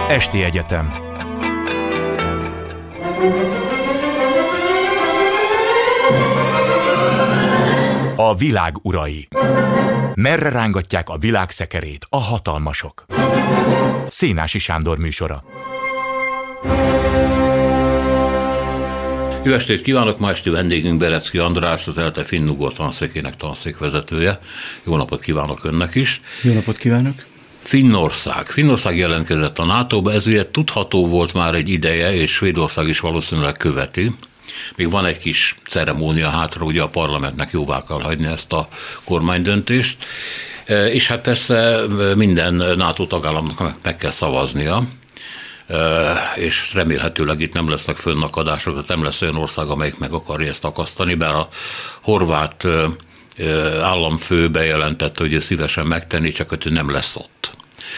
Esti Egyetem. A világ urai. Merre rángatják a világ szekerét a hatalmasok? Szénási Sándor műsora. Jó estét kívánok! Ma esti vendégünk Berecki András, az ELTE Finn-ugor tanszékének tanszékvezetője. Jó napot kívánok önnek is! Jó napot kívánok! Finnország jelentkezett a NATO-ba, ezért tudható volt már egy ideje, és Svédország is valószínűleg követi. Még van egy kis ceremónia hátra, ugye a parlamentnek jóvá kell hagyni ezt a kormánydöntést, és hát persze minden NATO tagállamnak meg kell szavaznia, és remélhetőleg itt nem lesznek fönnakadások, nem lesz olyan ország, amelyik meg akarja ezt akasztani, bár a horvát államfő bejelentette, hogy ő szívesen megtenni, csak hogy ő nem lesz ott.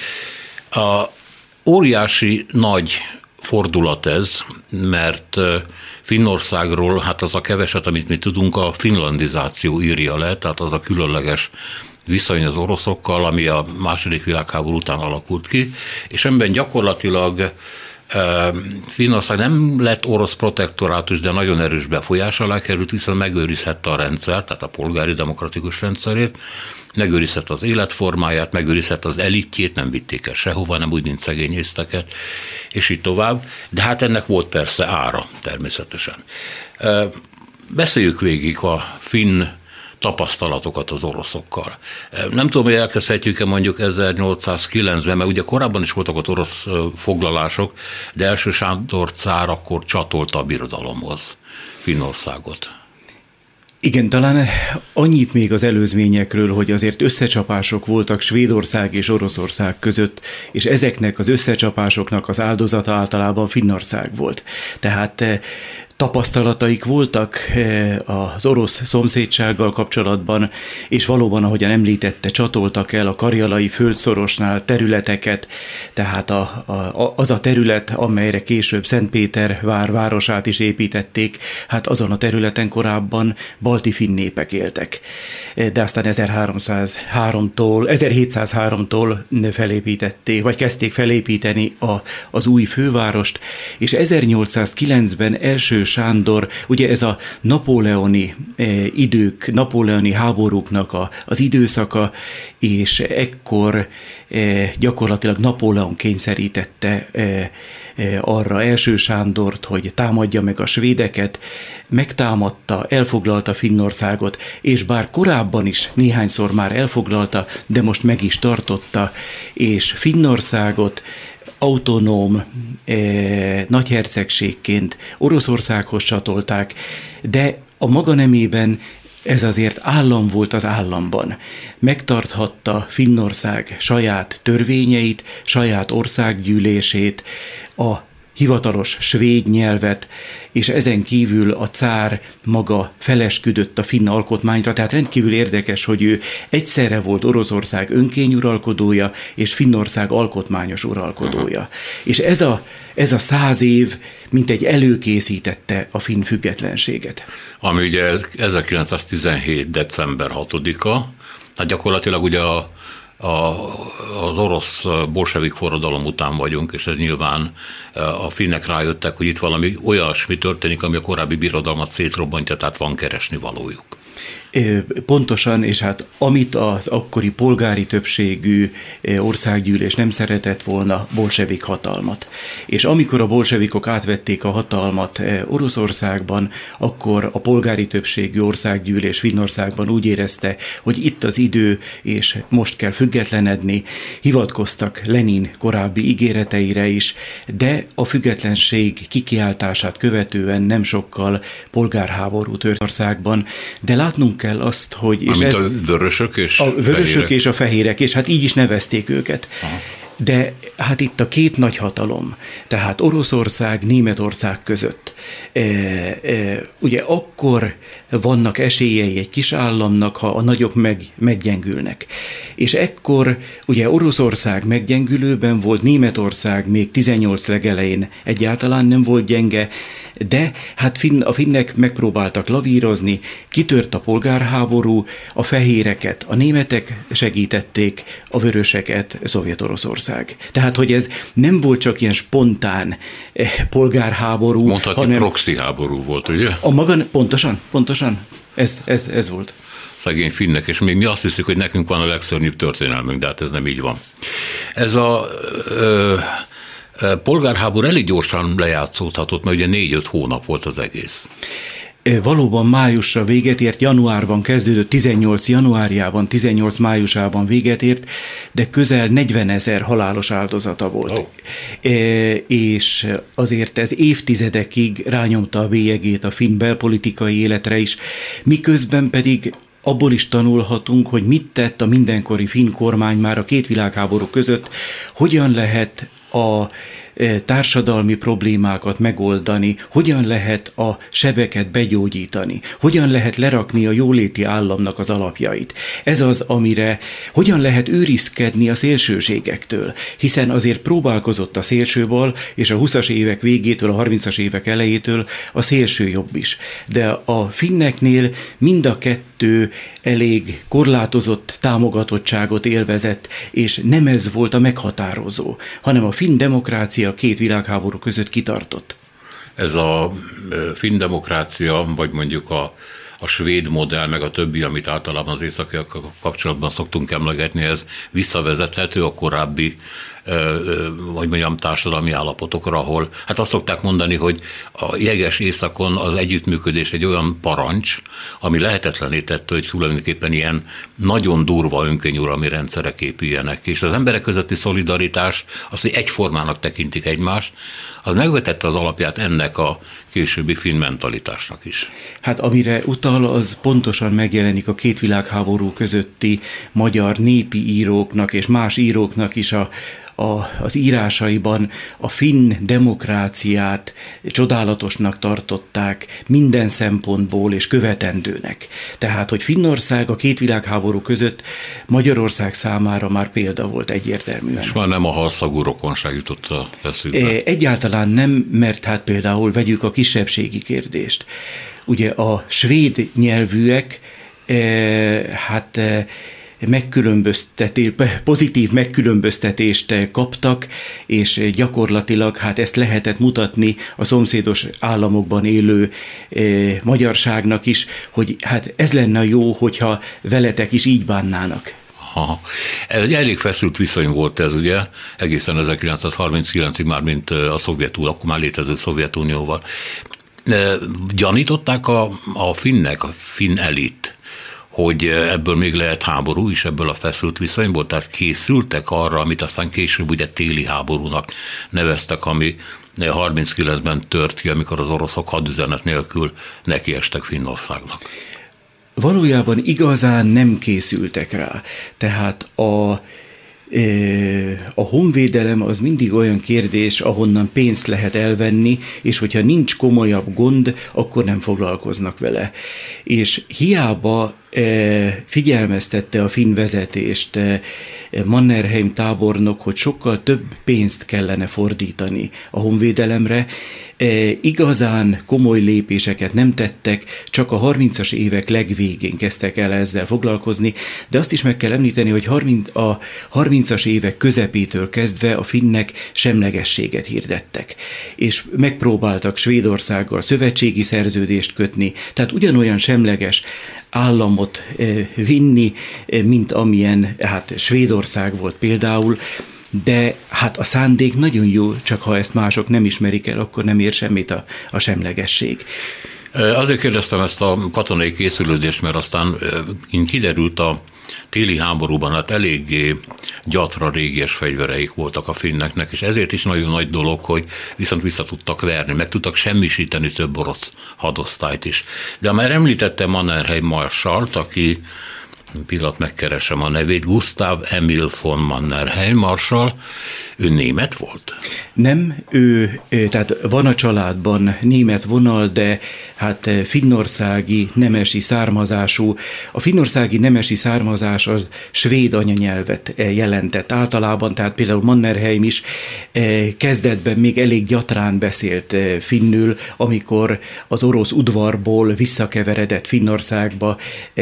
Óriási nagy fordulat ez, mert Finnországról, hát az a keveset, amit mi tudunk, a finlandizáció írja le, tehát az a különleges viszony az oroszokkal, ami a második világháború után alakult ki, és ebben gyakorlatilag Finnország nem lett orosz protektorátus, de nagyon erős befolyás alá került, hiszen megőrizhette a rendszert, tehát a polgári demokratikus rendszerét, megőrizhette az életformáját, megőrizhette az elitjét, nem vitték el sehova, nem úgy, mint szegényészteket, és így tovább. De hát ennek volt persze ára, természetesen. Beszéljük végig a finn tapasztalatokat az oroszokkal. Nem tudom, hogy elkezdhetjük-e mondjuk 1809-ben, mert ugye korábban is voltak ott orosz foglalások, de első Sándor cár akkor csatolta a birodalomhoz Finnországot. Igen, talán annyit még az előzményekről, hogy azért összecsapások voltak Svédország és Oroszország között, és ezeknek az összecsapásoknak az áldozata általában Finnország volt. Tehát tapasztalataik voltak az orosz szomszédsággal kapcsolatban, és valóban, ahogyan említette, csatoltak el a karjalai földszorosnál területeket, tehát az a terület, amelyre később Szentpétervár városát is építették, hát azon a területen korábban balti finn népek éltek. De aztán 1703-tól felépítették, vagy kezdték felépíteni az új fővárost, és 1809-ben első Sándor, ugye ez a napóleoni idők, napóleoni háborúknak az időszaka, és ekkor gyakorlatilag Napóleon kényszerítette arra első Sándort, hogy támadja meg a svédeket, megtámadta, elfoglalta Finnországot, és bár korábban is néhányszor már elfoglalta, de most meg is tartotta, és Finnországot autonóm nagyhercegségként Oroszországhoz csatolták, de a maga nemében ez azért állam volt az államban. Megtarthatta Finnország saját törvényeit, saját országgyűlését, a hivatalos svéd nyelvet, és ezen kívül a cár maga felesküdött a finn alkotmányra, tehát rendkívül érdekes, hogy ő egyszerre volt Oroszország önkényuralkodója, és Finnország alkotmányos uralkodója. És ez a 100 év mintegy előkészítette a finn függetlenséget. Ami ugye 1917. december 6-a, hát gyakorlatilag ugye az orosz bolsevik forradalom után vagyunk, és ez nyilván a finnek rájöttek, hogy itt valami olyasmi történik, ami a korábbi birodalmat szétrobbantja, tehát van keresni valójuk. Pontosan, és hát amit az akkori polgári többségű országgyűlés nem szeretett volna, bolsevik hatalmat. És amikor a bolsevikok átvették a hatalmat Oroszországban, akkor a polgári többségű országgyűlés Finnországban úgy érezte, hogy itt az idő, és most kell függetlenedni. Hivatkoztak Lenin korábbi ígéreteire is, de a függetlenség kikiáltását követően nem sokkal polgárháború tört országban, de látnunk kell azt, hogy... És ez, a vörösök és a vörösök fehérek. És a fehérek, és hát így is nevezték őket. Aha. De hát itt a két nagy hatalom, tehát Oroszország, Németország között, ugye akkor vannak esélyei egy kis államnak, ha a nagyok meggyengülnek. És ekkor ugye Oroszország meggyengülőben volt, Németország még 18 legelején egyáltalán nem volt gyenge, de hát a finnek megpróbáltak lavírozni, kitört a polgárháború, a fehéreket a németek segítették, a vöröseket Szovjet-Oroszország. Finnország. Tehát, hogy ez nem volt csak ilyen spontán polgárháború, mondhatni, hanem proxy háború volt, ugye? Pontosan. Ez volt. Szegény finnek, és még mi azt hiszük, hogy nekünk van a legszörnyűbb történelmünk, de hát ez nem így van. Ez a polgárháború elég gyorsan lejátszódhatott, mert ugye 4-5 hónap volt az egész. Valóban májusra véget ért, januárban kezdődött, 18 januárjában, 18 májusában véget ért, de közel 40 000 halálos áldozata volt. Oh. És azért ez évtizedekig rányomta a bélyegét a finn belpolitikai életre is, miközben pedig abból is tanulhatunk, hogy mit tett a mindenkori finn kormány már a két világháború között, hogyan lehet a társadalmi problémákat megoldani, hogyan lehet a sebeket begyógyítani, hogyan lehet lerakni a jóléti államnak az alapjait. Ez az, amire hogyan lehet őrizkedni a szélsőségektől, hiszen azért próbálkozott a szélsőbal, és a 20-as évek végétől, a 30-as évek elejétől a szélső jobb is. De a finneknél mind a kettő elég korlátozott támogatottságot élvezett, és nem ez volt a meghatározó, hanem a finn demokrácia a két világháború között kitartott. Ez a finn demokrácia, vagy mondjuk a svéd modell, meg a többi, amit általában az északiakkal kapcsolatban szoktunk emlegetni, ez visszavezethető a korábbi vagy mondjam, társadalmi állapotokra, ahol, hát azt szokták mondani, hogy a jeges északon az együttműködés egy olyan parancs, ami lehetetlené tette, hogy tulajdonképpen ilyen nagyon durva önkényuralmi rendszerek épüljenek. És az emberek közötti szolidaritás, azt, hogy egyformának tekintik egymást, az megvetette az alapját ennek a későbbi finn mentalitásnak is. Hát amire utal, az pontosan megjelenik a két világháború közötti magyar népi íróknak és más íróknak is az írásaiban. A finn demokráciát csodálatosnak tartották minden szempontból és követendőnek. Tehát, hogy Finnország a két világháború között Magyarország számára már példa volt egyértelműen. És már nem a halszagú rokonság jutott a eszükbe. Egyáltalán nem, mert hát például vegyük a kisebbségi kérdést. Ugye a svéd nyelvűek pozitív megkülönböztetést kaptak, és gyakorlatilag hát ezt lehetett mutatni a szomszédos államokban élő magyarságnak is, hogy hát ez lenne jó, hogyha veletek is így bánnának. Ez egy elég feszült viszony volt ez, ugye, egészen 1939-ig már, mint a Szovjetunió, akkor már létező Szovjetunióval. Gyanították a finnek, a finn elit, hogy ebből még lehet háború is, ebből a feszült viszonyból, tehát készültek arra, amit aztán később ugye téli háborúnak neveztek, ami 39-ben tört ki, amikor az oroszok hadüzenet nélkül nekiestek Finnországnak. Valójában igazán nem készültek rá. Tehát a honvédelem az mindig olyan kérdés, ahonnan pénzt lehet elvenni, és hogyha nincs komolyabb gond, akkor nem foglalkoznak vele. És hiába figyelmeztette a finn vezetést Mannerheim tábornok, hogy sokkal több pénzt kellene fordítani a honvédelemre, igazán komoly lépéseket nem tettek, csak a 30-as évek legvégén kezdtek el ezzel foglalkozni, de azt is meg kell említeni, hogy a 30-as évek közepétől kezdve a finnek semlegességet hirdettek, és megpróbáltak Svédországgal szövetségi szerződést kötni, tehát ugyanolyan semleges államot vinni, mint amilyen hát Svédország volt például, de hát a szándék nagyon jó, csak ha ezt mások nem ismerik el, akkor nem ér semmit a semlegesség. Azért kérdeztem ezt a katonai készülődést, mert aztán kiderült a téli háborúban, hát eléggé gyatra régies fegyvereik voltak a finneknek, és ezért is nagyon nagy dolog, hogy viszont vissza tudtak verni, meg tudtak semmisíteni több orosz hadosztályt is. De már említettem Mannerheim marsallt, aki, pillanat megkeresem a nevét, Gustav Emil von Mannerheim marsall, Ő német volt? Nem, tehát van a családban német vonal, de hát finnországi nemesi származású. A finnországi nemesi származás az svéd anyanyelvet jelentett általában, tehát például Mannerheim is kezdetben még elég gyatrán beszélt finnül, amikor az orosz udvarból visszakeveredett Finnországba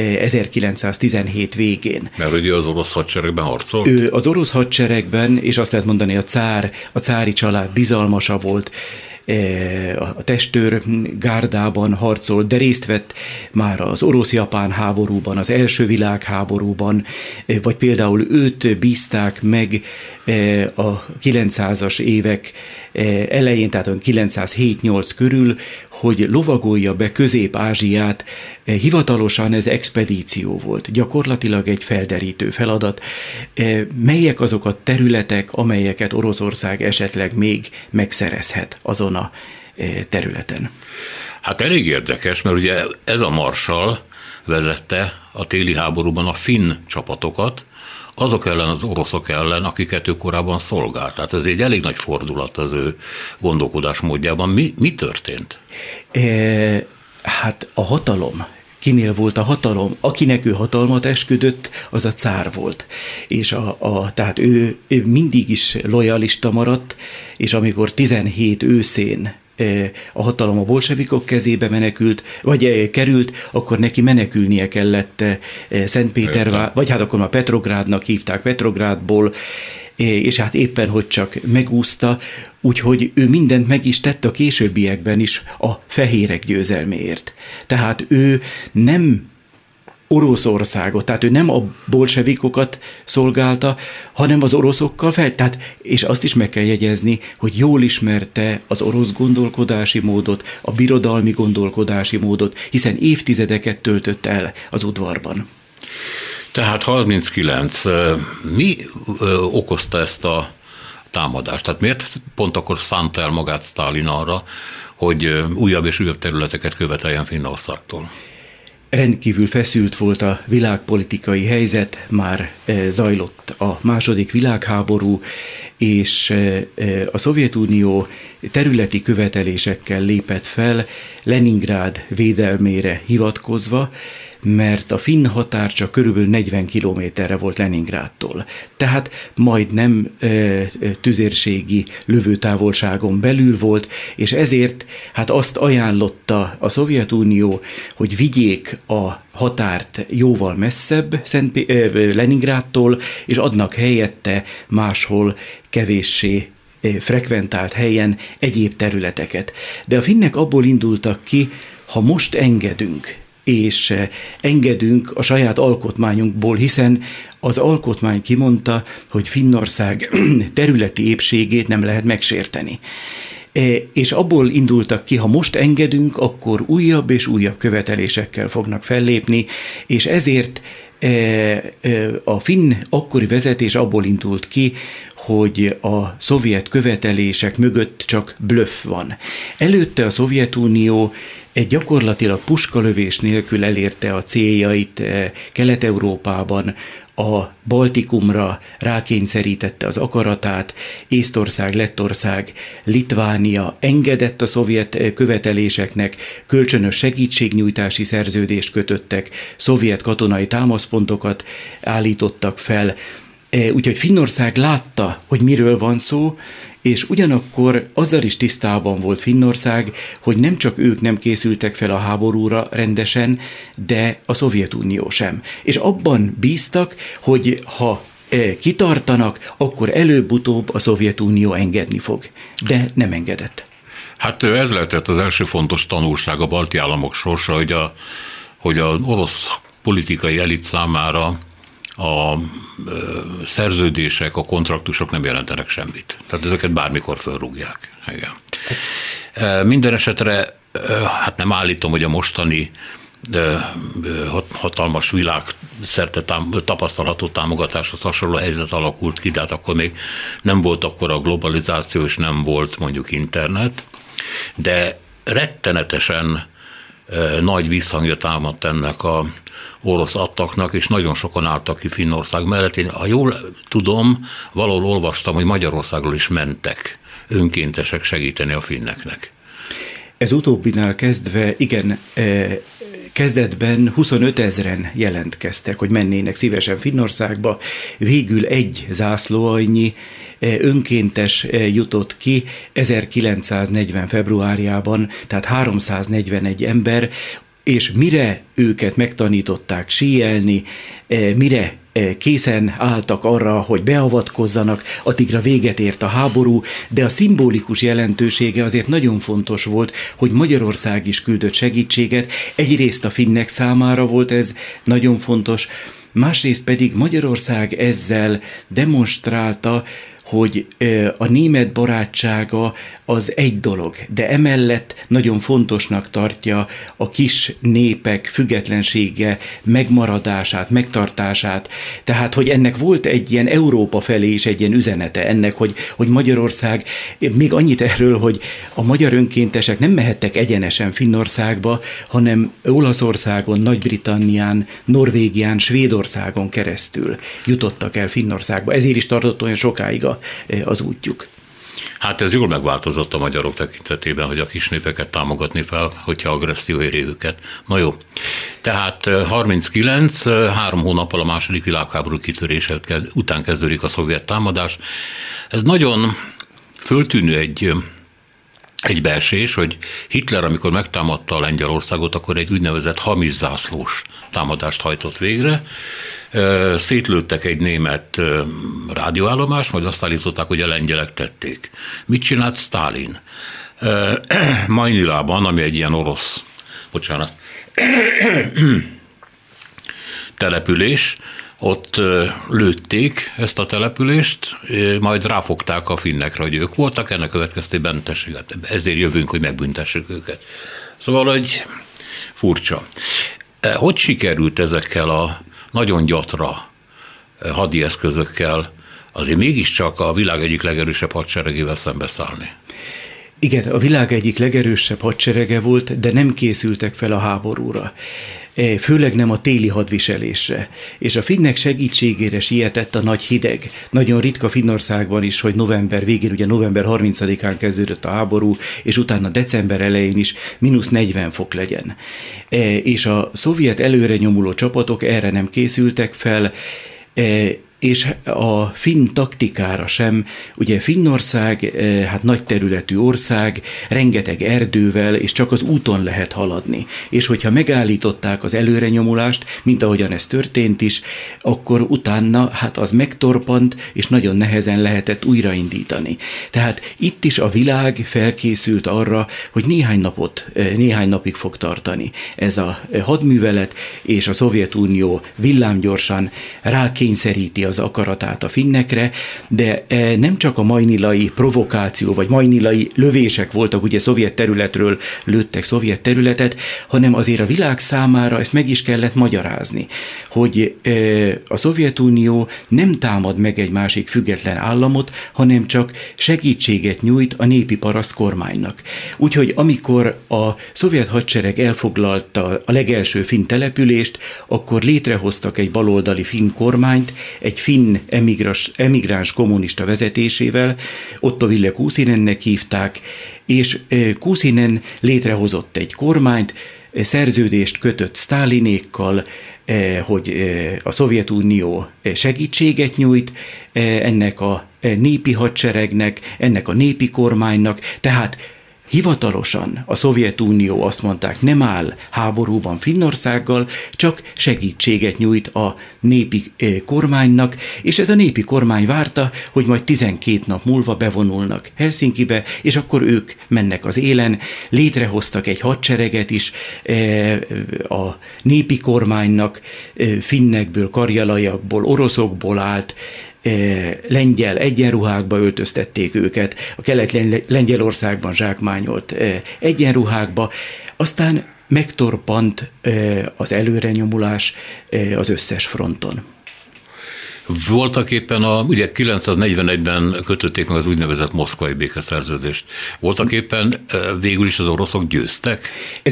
1917 végén. Mert ugye az orosz hadseregben harcolt? Ő az orosz hadseregben, és azt lehet mondani, a cári család bizalmasa volt, a testőr gárdában harcolt, de részt vett már az orosz-japán háborúban, az első világháborúban, vagy például őt bízták meg a 900-as évek elején, tehát 907-8 körül, hogy lovagolja be Közép-Ázsiát. Hivatalosan ez expedíció volt, gyakorlatilag egy felderítő feladat. Melyek azok a területek, amelyeket Oroszország esetleg még megszerezhet azon a területen? Hát elég érdekes, mert ugye ez a marsall vezette a téli háborúban a finn csapatokat, azok ellen, az oroszok ellen, akiket ő korábban szolgált. Tehát ez egy elég nagy fordulat az ő gondolkodásmódjában. Mi történt? Hát a hatalom. Kinél volt a hatalom? Akinek ő hatalmat esküdött, az a cár volt. És tehát ő mindig is lojalista maradt, és amikor 17 őszén a hatalom a bolsevikok kezébe menekült, vagy került, akkor neki menekülnie kellett Szentpétervár, vagy hát akkor már Petrográdnak hívták, Petrográdból, és hát éppen, hogy csak megúszta, úgyhogy ő mindent meg is tett a későbbiekben is a fehérek győzelméért. Tehát ő nem Oroszországot, tehát ő nem a bolsevikokat szolgálta, hanem az oroszokkal és azt is meg kell jegyezni, hogy jól ismerte az orosz gondolkodási módot, a birodalmi gondolkodási módot, hiszen évtizedeket töltött el az udvarban. Tehát 39. Mi okozta ezt a támadást? Tehát miért pont akkor szánta el magát Sztálin arra, hogy újabb és újabb területeket követeljen Finnországtól? Rendkívül feszült volt a világpolitikai helyzet, már zajlott a második világháború, és a Szovjetunió területi követelésekkel lépett fel Leningrád védelmére hivatkozva, mert a finn határ csak körülbelül 40 kilométerre volt Leningrádtól. Tehát majdnem tüzérségi lövőtávolságon belül volt, és ezért hát azt ajánlotta a Szovjetunió, hogy vigyék a határt jóval messzebb Leningrádtól, és adnak helyette máshol kevéssé frekventált helyen egyéb területeket. De a finnek abból indultak ki, ha most engedünk, és engedünk a saját alkotmányunkból, hiszen az alkotmány kimondta, hogy Finnország területi épségét nem lehet megsérteni. És abból indultak ki, ha most engedünk, akkor újabb és újabb követelésekkel fognak fellépni, és ezért a finn akkori vezetés abból indult ki, hogy a szovjet követelések mögött csak blöff van. Előtte a Szovjetunió gyakorlatilag puskalövés nélkül elérte a céljait Kelet-Európában, a Baltikumra rákényszerítette az akaratát, Észtország, Lettország, Litvánia engedett a szovjet követeléseknek, kölcsönös segítségnyújtási szerződést kötöttek, szovjet katonai támaszpontokat állítottak fel, úgyhogy Finnország látta, hogy miről van szó, és ugyanakkor azzal is tisztában volt Finnország, hogy nem csak ők nem készültek fel a háborúra rendesen, de a Szovjetunió sem. És abban bíztak, hogy ha kitartanak, akkor előbb-utóbb a Szovjetunió engedni fog. De nem engedett. Hát ez lehetett az első fontos tanulság a balti államok sorsa, hogy az orosz politikai elit számára a szerződések, a kontraktusok nem jelentenek semmit. Tehát ezeket bármikor felrúgják. Igen. Minden esetre, hát nem állítom, hogy a mostani hatalmas világszerte tapasztalható támogatáshoz hasonló helyzet alakult ki, de hát akkor még nem volt akkor a globalizáció, és nem volt mondjuk internet, de rettenetesen nagy visszhangja támadt ennek a orosz attaknak, és nagyon sokan álltak ki Finnország mellett. Én, ha jól tudom, valahol olvastam, hogy Magyarországról is mentek önkéntesek segíteni a finneknek. Ez utóbbinál kezdve, igen, kezdetben 25 000 jelentkeztek, hogy mennének szívesen Finnországba. Végül egy zászlóaljnyi önkéntes jutott ki 1940. februárjában, tehát 341 ember, és mire őket megtanították síelni, mire készen álltak arra, hogy beavatkozzanak, addigra véget ért a háború, de a szimbolikus jelentősége azért nagyon fontos volt, hogy Magyarország is küldött segítséget. Egyrészt a finnek számára volt ez nagyon fontos, másrészt pedig Magyarország ezzel demonstrálta, hogy a német barátsága az egy dolog, de emellett nagyon fontosnak tartja a kis népek függetlensége megmaradását, megtartását. Tehát, hogy ennek volt egy ilyen Európa felé is egy ilyen üzenete ennek, hogy Magyarország, még annyit erről, hogy a magyar önkéntesek nem mehettek egyenesen Finnországba, hanem Olaszországon, Nagy-Britannián, Norvégián, Svédországon keresztül jutottak el Finnországba. Ezért is tartott olyan sokáig az útjuk. Hát ez jól megváltozott a magyarok tekintetében, hogy a kisnépeket támogatni fel, hogyha agresszió éri őket. Na jó, tehát 39, 3 hónappal a második világháború kitörése után kezdődik a szovjet támadás. Ez nagyon föltűnő egy beesés, hogy Hitler, amikor megtámadta a Lengyelországot, akkor egy úgynevezett hamis zászlós támadást hajtott végre. Szétlőttek egy német rádióállomást, majd azt állították, hogy a lengyelek tették. Mit csinált Sztálin? Majnilában, ami egy ilyen orosz, település, ott lőtték ezt a települést, majd ráfogták a finnekre, hogy ők voltak, ennek következtében ezért jövünk, hogy megbüntessük őket. Szóval, hogy furcsa. Hogy sikerült ezekkel a nagyon gyatra hadi eszközökkel azért mégiscsak a világ egyik legerősebb hadseregével szembeszállni? Igen, a világ egyik legerősebb hadserege volt, de nem készültek fel a háborúra. Főleg nem a téli hadviselésre. És a finnek segítségére sietett a nagy hideg. Nagyon ritka Finnországban is, hogy november végén, ugye november 30-án kezdődött a háború, és utána december elején is -40 fok legyen. És a szovjet előrenyomuló csapatok erre nem készültek fel, és a finn taktikára sem. Ugye Finnország, hát nagy területű ország, rengeteg erdővel, és csak az úton lehet haladni. És hogyha megállították az előrenyomulást, mint ahogyan ez történt is, akkor utána hát az megtorpant, és nagyon nehezen lehetett újraindítani. Tehát itt is a világ felkészült arra, hogy néhány napig fog tartani ez a hadművelet, és a Szovjetunió villámgyorsan rákényszeríti az akaratát a finnekre, de nem csak a majnilai provokáció, vagy majnilai lövések voltak, ugye szovjet területről lőttek szovjet területet, hanem azért a világ számára ezt meg is kellett magyarázni, hogy a Szovjetunió nem támad meg egy másik független államot, hanem csak segítséget nyújt a népi paraszt kormánynak. Úgyhogy amikor a szovjet hadsereg elfoglalta a legelső finn települést, akkor létrehoztak egy baloldali finn kormányt, egy finn emigráns kommunista vezetésével, Otto Wille Kuusinennek hívták, és Kuusinen létrehozott egy kormányt, szerződést kötött Sztálinékkal, hogy a Szovjetunió segítséget nyújt ennek a népi hadseregnek, ennek a népi kormánynak, tehát hivatalosan a Szovjetunió, azt mondták, nem áll háborúban Finnországgal, csak segítséget nyújt a népi kormánynak, és ez a népi kormány várta, hogy majd 12 nap múlva bevonulnak Helsinkibe, és akkor ők mennek az élen, létrehoztak egy hadsereget is a népi kormánynak, finnekből, karjalaiakból, oroszokból állt, lengyel egyenruhákba öltöztették őket, a Kelet-Lengyelországban zsákmányolt egyenruhákba, aztán megtorpant az előrenyomulás az összes fronton. Voltak éppen ugye 941-ben kötötték meg az úgynevezett moszkvai békeszerződést. Voltak éppen végül is az oroszok győztek?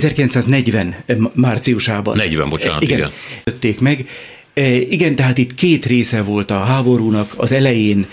1940 márciusában. 40, bocsánat, igen. Kötötték meg. Igen, tehát itt két része volt a háborúnak. Az elején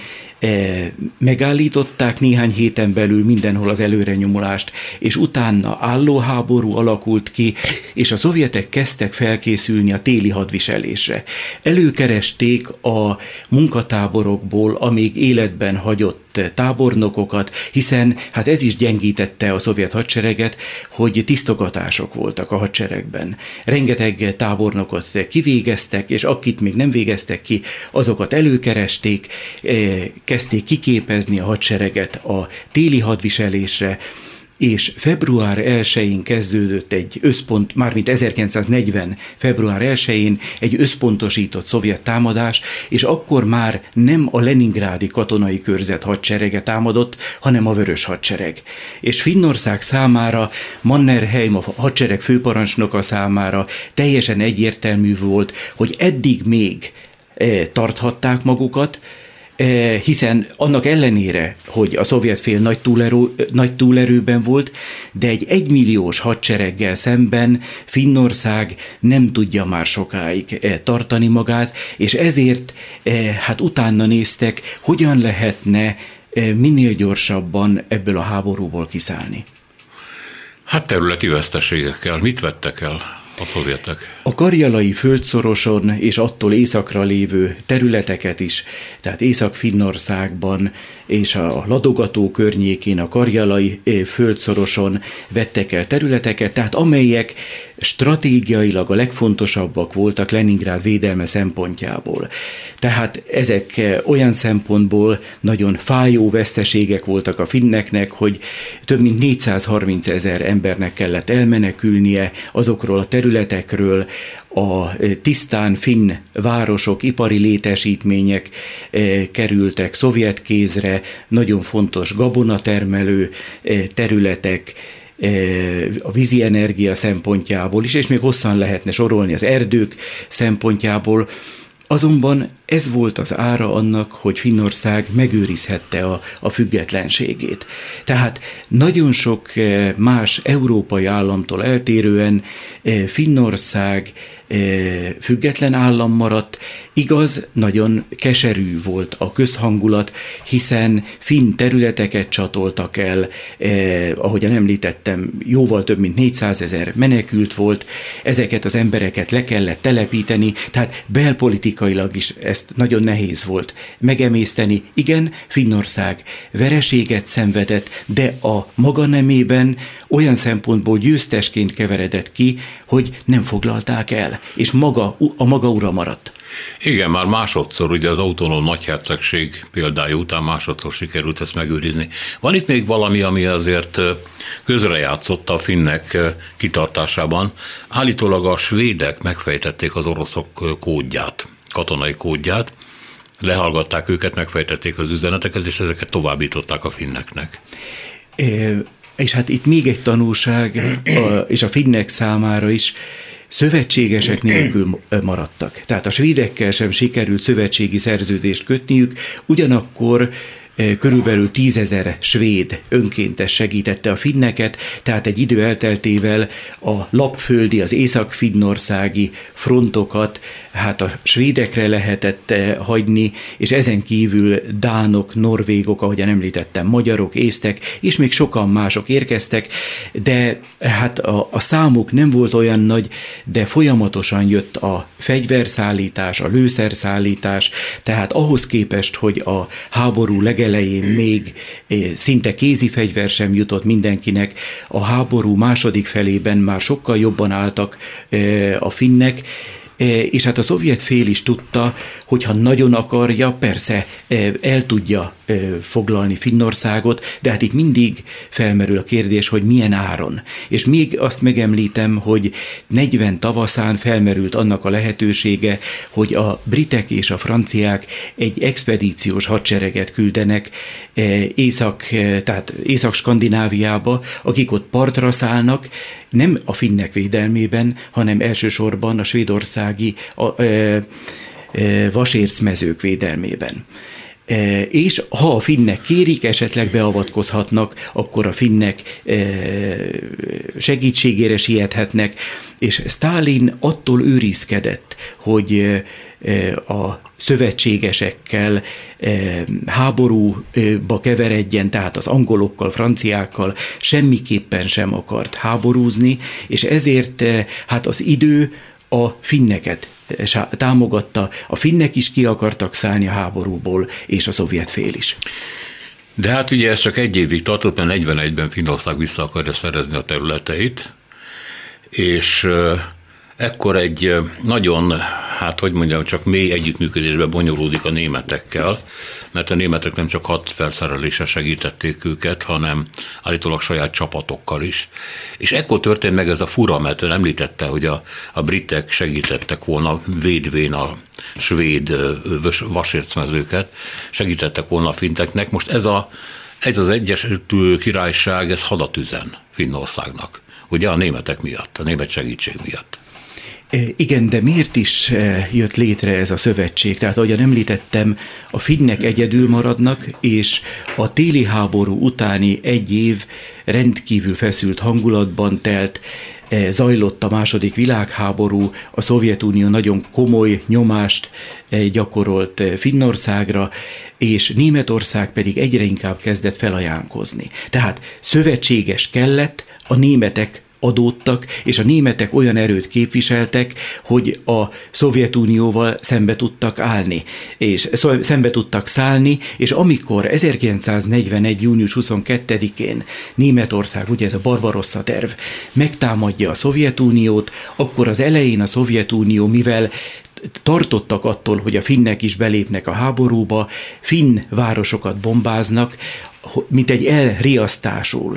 megállították néhány héten belül mindenhol az előrenyomulást, és utána álló háború alakult ki, és a szovjetek kezdtek felkészülni a téli hadviselésre. Előkeresték a munkatáborokból a még életben hagyott tábornokokat, hiszen hát ez is gyengítette a szovjet hadsereget, hogy tisztogatások voltak a hadseregben. Rengeteg tábornokot kivégeztek, és akit még nem végeztek ki, azokat előkeresték, kezdték kiképezni a hadsereget a téli hadviselésre, és február 1-én kezdődött mármint 1940. február 1-én egy összpontosított szovjet támadás, és akkor már nem a leningrádi katonai körzet hadserege támadott, hanem a vörös hadsereg. És Finnország számára, Mannerheim, a hadsereg főparancsnoka számára teljesen egyértelmű volt, hogy eddig még tarthatták magukat, hiszen annak ellenére, hogy a szovjet fél nagy túlerőben volt, de egy 1 milliós hadsereggel szemben Finnország nem tudja már sokáig tartani magát, és ezért hát utána néztek, hogyan lehetne minél gyorsabban ebből a háborúból kiszállni. Hát területi veszteségekkel. Mit vettek el a szovjetek? A karjalai földszoroson és attól északra lévő területeket is, tehát Észak-Finnországban és a Ladogató környékén, a karjalai földszoroson vettek el területeket, tehát amelyek stratégiailag a legfontosabbak voltak Leningrád védelme szempontjából. Tehát ezek olyan szempontból nagyon fájó veszteségek voltak a finneknek, hogy több mint 430 000 embernek kellett elmenekülnie azokról a területekről, a tisztán finn városok, ipari létesítmények kerültek szovjet kézre, nagyon fontos gabonatermelő területek, a vízi energia szempontjából is, és még hosszan lehetne sorolni az erdők szempontjából. Azonban ez volt az ára annak, hogy Finnország megőrizhette a függetlenségét. Tehát nagyon sok más európai államtól eltérően Finnország független állam maradt. Igaz, nagyon keserű volt a közhangulat, hiszen finn területeket csatoltak el, ahogyan említettem, jóval több mint 400 000 menekült volt, ezeket az embereket le kellett telepíteni, tehát belpolitikailag is ezt nagyon nehéz volt megemészteni. Igen, Finnország vereséget szenvedett, de a maga nemében olyan szempontból győztesként keveredett ki, hogy nem foglalták el, és a maga ura maradt. Igen, már másodszor, ugye az autonóm nagyhercegség példája után másodszor sikerült ezt megőrizni. Van itt még valami, ami azért közrejátszott a finnek kitartásában. Állítólag a svédek megfejtették az oroszok kódját, katonai kódját, lehallgatták őket, megfejtették az üzeneteket, és ezeket továbbították a finneknek. És hát itt még egy tanulság, és a finnek számára is, szövetségesek nélkül maradtak. Tehát a svédekkel sem sikerült szövetségi szerződést kötniük, ugyanakkor körülbelül 10 000 svéd önkéntes segítette a finneket, tehát egy idő elteltével a lapföldi, az észak-finnországi frontokat hát a svédekre lehetett hagyni, és ezen kívül dánok, norvégok, ahogyan említettem, magyarok, észtek, és még sokan mások érkeztek, de hát a számuk nem volt olyan nagy, de folyamatosan jött a fegyverszállítás, a lőszerszállítás, tehát ahhoz képest, hogy a háború legelején még szinte kézi fegyver sem jutott mindenkinek, a háború második felében már sokkal jobban álltak a finnek, és hát a szovjet fél is tudta, hogy ha nagyon akarja, persze el tudja foglalni Finnországot, de hát itt mindig felmerül a kérdés, hogy milyen áron. És még azt megemlítem, hogy 40 tavaszán felmerült annak a lehetősége, hogy a britek és a franciák egy expedíciós hadsereget küldenek tehát Észak-Skandináviába, akik ott partra szállnak, nem a finnek védelmében, hanem elsősorban a svédországi vasércmezők védelmében. És ha a finnek kérik, esetleg beavatkozhatnak, akkor a finnek segítségére siethetnek, és Sztálin attól őrizkedett, hogy a szövetségesekkel háborúba keveredjen, tehát az angolokkal, franciákkal semmiképpen sem akart háborúzni, és ezért hát az idő a finneket támogatta, a finnek is ki akartak szállni a háborúból, és a szovjet fél is. De hát ugye ez csak egy évig tartott, mert 41-ben Finnország vissza akarja szerezni a területeit, és ekkor egy nagyon, csak mély együttműködésbe bonyolódik a németekkel, mert a németek nem csak hadfelszerelésre segítették őket, hanem állítólag saját csapatokkal is. És ekkor történt meg ez a fura, mert ön említette, hogy a britek segítettek volna védvén a svéd vasércmezőket, segítettek volna a finteknek. Most ez az Egyesült Királyság, ez hadat üzen Finnországnak, ugye a németek miatt, a német segítség miatt. Igen, de miért is jött létre ez a szövetség? Tehát, ahogyan említettem, a finnek egyedül maradnak, és a téli háború utáni egy év rendkívül feszült hangulatban telt, zajlott a második világháború, a Szovjetunió nagyon komoly nyomást gyakorolt Finnországra, és Németország pedig egyre inkább kezdett felajánlkozni. Tehát szövetséges kellett, a németek adódtak, és a németek olyan erőt képviseltek, hogy a Szovjetunióval szembe tudtak állni, és szembe tudtak szállni, és amikor 1941. június 22-én Németország, ugye ez a Barbarossa terv, megtámadja a Szovjetuniót, akkor az elején a Szovjetunió, mivel tartottak attól, hogy a finnek is belépnek a háborúba, finn városokat bombáznak, mint egy elriasztásul.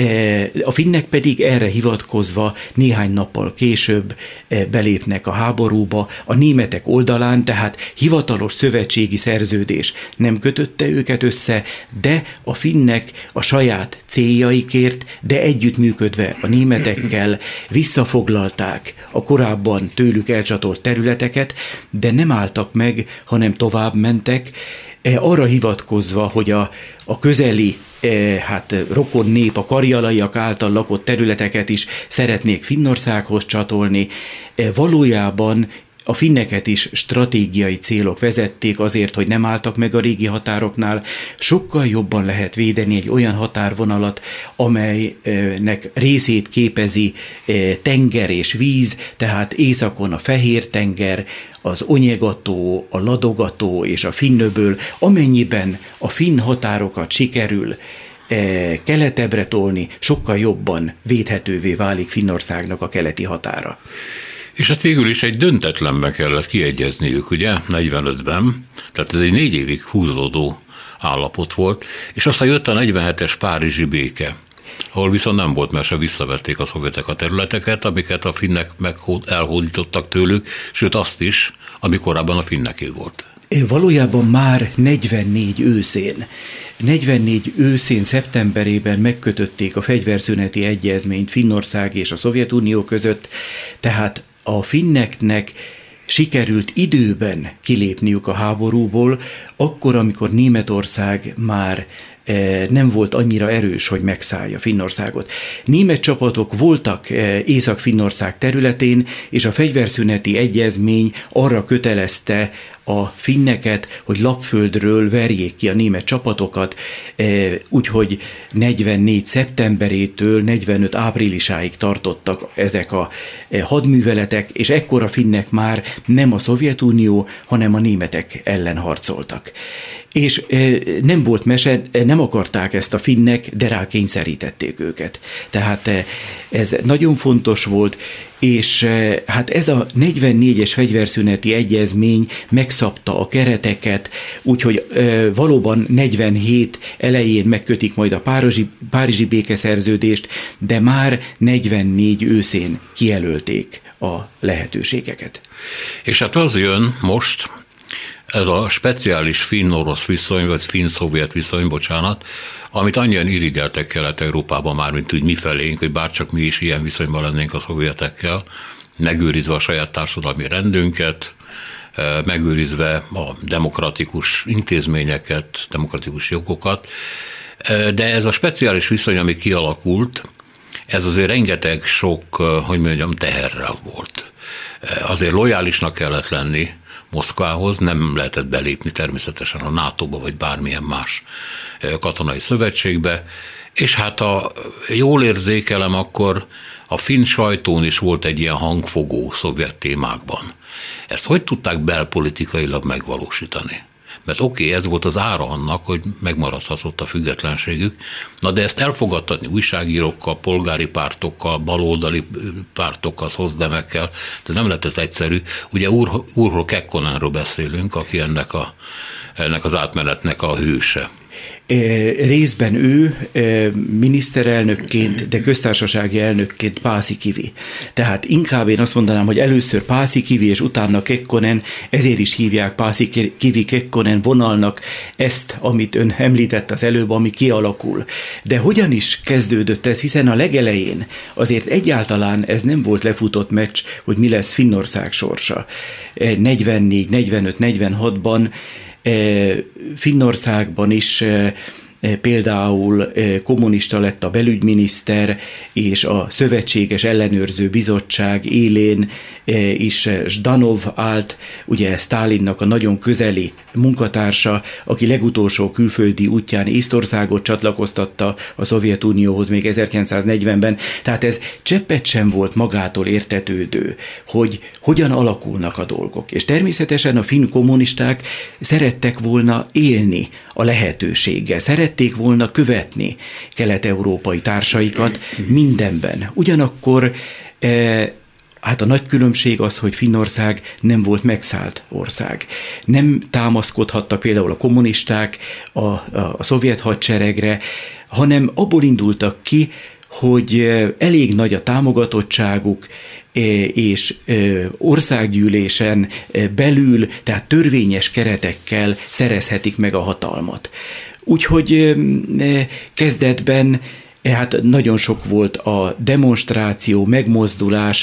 A finnek pedig erre hivatkozva néhány nappal később belépnek a háborúba, a németek oldalán, tehát hivatalos szövetségi szerződés nem kötötte őket össze, de a finnek a saját céljaikért, de együttműködve a németekkel visszafoglalták a korábban tőlük elcsatolt területeket, de nem álltak meg, hanem tovább mentek, arra hivatkozva, hogy a közeli rokon nép, a karjalaiak által lakott területeket is szeretnék Finnországhoz csatolni. Valójában a finneket is stratégiai célok vezették azért, hogy nem álltak meg a régi határoknál. Sokkal jobban lehet védeni egy olyan határvonalat, amelynek részét képezi tenger és víz, tehát északon a Fehér-tenger, az Onyegató, a Ladogató és a Finnöböl, amennyiben a finn határokat sikerül keletebbre tolni, sokkal jobban védhetővé válik Finnországnak a keleti határa. És hát végül is egy döntetlenben kellett kiegyezniük, ugye, 45-ben, tehát ez egy 4 évig húzódó állapot volt, és aztán jött a 47-es párizsi béke, ahol viszont nem volt mese, visszavették a szovjetek a területeket, amiket a finnek elhódítottak tőlük, sőt azt is, ami korábban a finneké volt. Valójában már 44 őszén, szeptemberében megkötötték a fegyverszüneti egyezményt Finnország és a Szovjetunió között, tehát a finneknek sikerült időben kilépniük a háborúból, akkor, amikor Németország már nem volt annyira erős, hogy megszállja Finnországot. Német csapatok voltak Észak-Finnország területén, és a fegyverszüneti egyezmény arra kötelezte a finneket, hogy lapföldről verjék ki a német csapatokat, úgyhogy 44. szeptemberétől 45. áprilisáig tartottak ezek a hadműveletek, és ekkor a finnek már nem a Szovjetunió, hanem a németek ellen harcoltak. És nem volt mese, nem akarták ezt a finnek, de rákényszerítették őket. Tehát ez nagyon fontos volt, és hát ez a 44-es fegyverszüneti egyezmény megszabta a kereteket, úgyhogy valóban 47 elején megkötik majd a párizsi békeszerződést, de már 44 őszén kijelölték a lehetőségeket. És hát az jön most, ez a speciális finn-orosz viszony, vagy finn-szovjet viszony, amit annyian irigyeltek Kelet-Európában már, mint úgy mi felénk, hogy bárcsak mi is ilyen viszonyban lennénk a szovjetekkel, megőrizve a saját társadalmi rendünket, megőrizve a demokratikus intézményeket, demokratikus jogokat. De ez a speciális viszony, ami kialakult, ez azért rengeteg sok, hogy mondjam, teherrel volt. Azért lojálisnak kellett lenni Moszkvához, nem lehetett belépni természetesen a NATO-ba, vagy bármilyen más katonai szövetségbe, és hát jól érzékelem, akkor a finn sajtón is volt egy ilyen hangfogó szovjet témákban. Ezt hogy tudták belpolitikailag megvalósítani? Mert ez volt az ára annak, hogy megmaradhatott a függetlenségük, na de ezt elfogadtatni újságírókkal, polgári pártokkal, baloldali pártokkal, szozdemekkel, de nem lehetett egyszerű. Ugye Urho Kekkonenről beszélünk, aki ennek az átmenetnek a hőse. Részben ő miniszterelnökként, de köztársasági elnökként Paasikivi. Tehát inkább én azt mondanám, hogy először Paasikivi és utána Kekkonen, ezért is hívják Paasikivi-Kekkonen vonalnak ezt, amit ön említett az előbb, ami kialakul. De hogyan is kezdődött ez, hiszen a legelején azért egyáltalán ez nem volt lefutott meccs, hogy mi lesz Finnország sorsa. 44, 45, 46-ban Finnországban is például kommunista lett a belügyminiszter, és a Szövetséges Ellenőrző Bizottság élén is Zdanov állt, ugye Sztálinnak a nagyon közeli munkatársa, aki legutolsó külföldi útján Észtországot csatlakoztatta a Szovjetunióhoz még 1940-ben, tehát ez cseppet sem volt magától értetődő, hogy hogyan alakulnak a dolgok. És természetesen a finn kommunisták szerettek volna élni a lehetőséggel, szerették volna követni kelet-európai társaikat mindenben. Ugyanakkor hát a nagy különbség az, hogy Finnország nem volt megszállt ország. Nem támaszkodhattak például a kommunisták a szovjet hadseregre, hanem abból indultak ki, hogy elég nagy a támogatottságuk, és országgyűlésen belül, tehát törvényes keretekkel szerezhetik meg a hatalmat. Úgyhogy kezdetben hát nagyon sok volt a demonstráció, megmozdulás.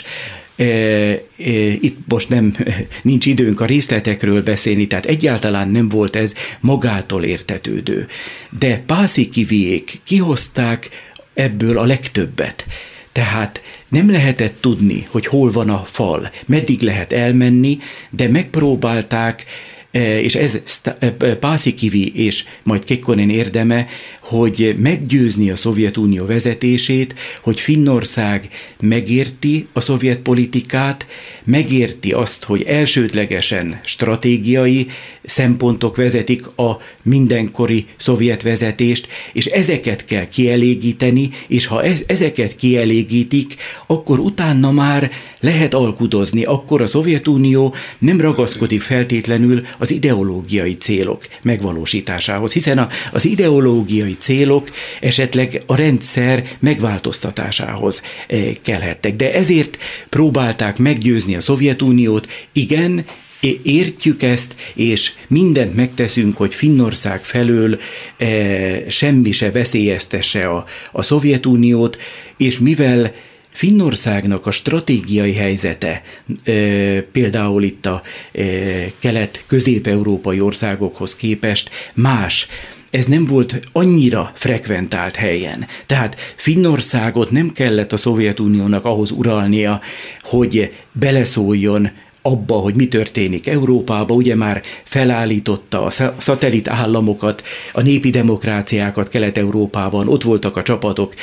Itt most nincs időnk a részletekről beszélni, tehát egyáltalán nem volt ez magától értetődő. De Paasikiviék kihozták ebből a legtöbbet. Tehát nem lehetett tudni, hogy hol van a fal, meddig lehet elmenni, de megpróbálták, és ez Paasikivi és majd Kekkonen érdeme, hogy meggyőzni a Szovjetunió vezetését, hogy Finnország megérti a szovjet politikát, megérti azt, hogy elsődlegesen stratégiai szempontok vezetik a mindenkori szovjet vezetést, és ezeket kell kielégíteni, és ha ezeket kielégítik, akkor utána már lehet alkudozni, akkor a Szovjetunió nem ragaszkodik feltétlenül az ideológiai célok megvalósításához, hiszen az ideológiai célok esetleg a rendszer megváltoztatásához kellhettek. De ezért próbálták meggyőzni a Szovjetuniót, igen, értjük ezt, és mindent megteszünk, hogy Finnország felől semmi se veszélyeztesse a Szovjetuniót, és mivel Finnországnak a stratégiai helyzete, például itt a kelet-közép-európai országokhoz képest más, ez nem volt annyira frekventált helyen. Tehát Finnországot nem kellett a Szovjetuniónak ahhoz uralnia, hogy beleszóljon abba, hogy mi történik Európában, ugye már felállította a szatellit államokat, a népi demokráciákat Kelet-Európában, ott voltak a csapatok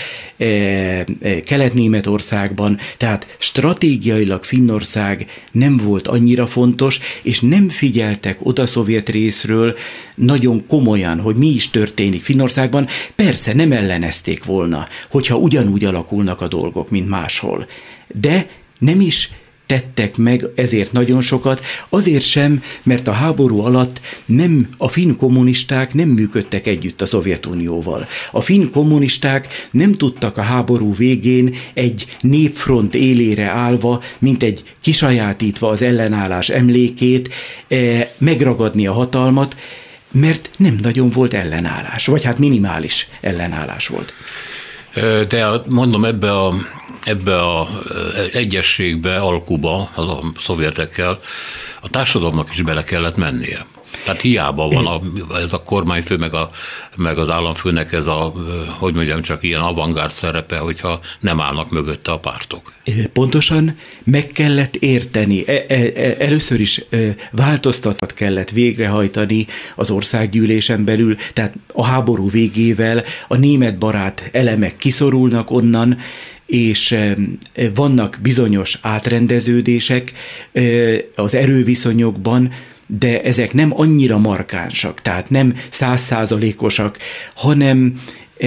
Kelet-Németországban, tehát stratégiailag Finnország nem volt annyira fontos, és nem figyeltek oda szovjet részről nagyon komolyan, hogy mi is történik Finnországban. Persze nem ellenezték volna, hogyha ugyanúgy alakulnak a dolgok, mint máshol. De nem is tettek meg ezért nagyon sokat, azért sem, mert a háború alatt a finn kommunisták nem működtek együtt a Szovjetunióval. A finn kommunisták nem tudtak a háború végén egy népfront élére állva, mint egy kisajátítva az ellenállás emlékét, megragadni a hatalmat, mert nem nagyon volt ellenállás, vagy hát minimális ellenállás volt. De mondom, ebbe a egyességbe, alkuba, az a szovjetekkel, a társadalomnak is bele kellett mennie. Tehát hiába van ez a kormányfő, meg az államfőnek ez a, hogy mondjam, csak ilyen avantgárd szerepe, hogyha nem állnak mögötte a pártok. Pontosan meg kellett érteni, először is változtatat kellett végrehajtani az országgyűlésen belül, tehát a háború végével a németbarát elemek kiszorulnak onnan, és vannak bizonyos átrendeződések az erőviszonyokban, de ezek nem annyira markánsak, tehát nem 100%-osak, hanem